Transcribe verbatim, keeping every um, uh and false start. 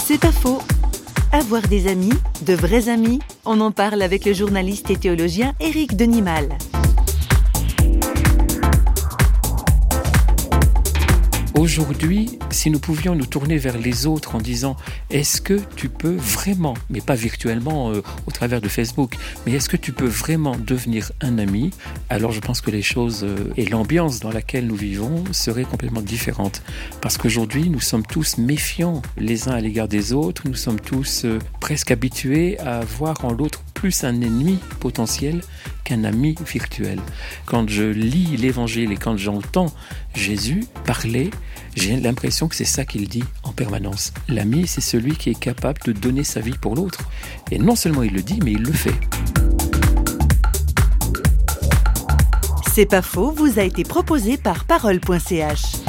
C'est pas faux. Avoir des amis, de vrais amis, on en parle avec le journaliste et théologien Éric Denimal. Aujourd'hui, si nous pouvions nous tourner vers les autres en disant « Est-ce que tu peux vraiment, mais pas virtuellement euh, au travers de Facebook, mais est-ce que tu peux vraiment devenir un ami ?» Alors je pense que les choses euh, et l'ambiance dans laquelle nous vivons seraient complètement différentes. Parce qu'aujourd'hui, nous sommes tous méfiants les uns à l'égard des autres, nous sommes tous euh, presque habitués à voir en l'autre plus un ennemi potentiel qu'un ami virtuel. Quand je lis l'Évangile et quand j'entends Jésus parler, j'ai l'impression que c'est ça qu'il dit en permanence. L'ami, c'est celui qui est capable de donner sa vie pour l'autre. Et non seulement il le dit, mais il le fait. C'est pas faux, vous a été proposé par parole point c h.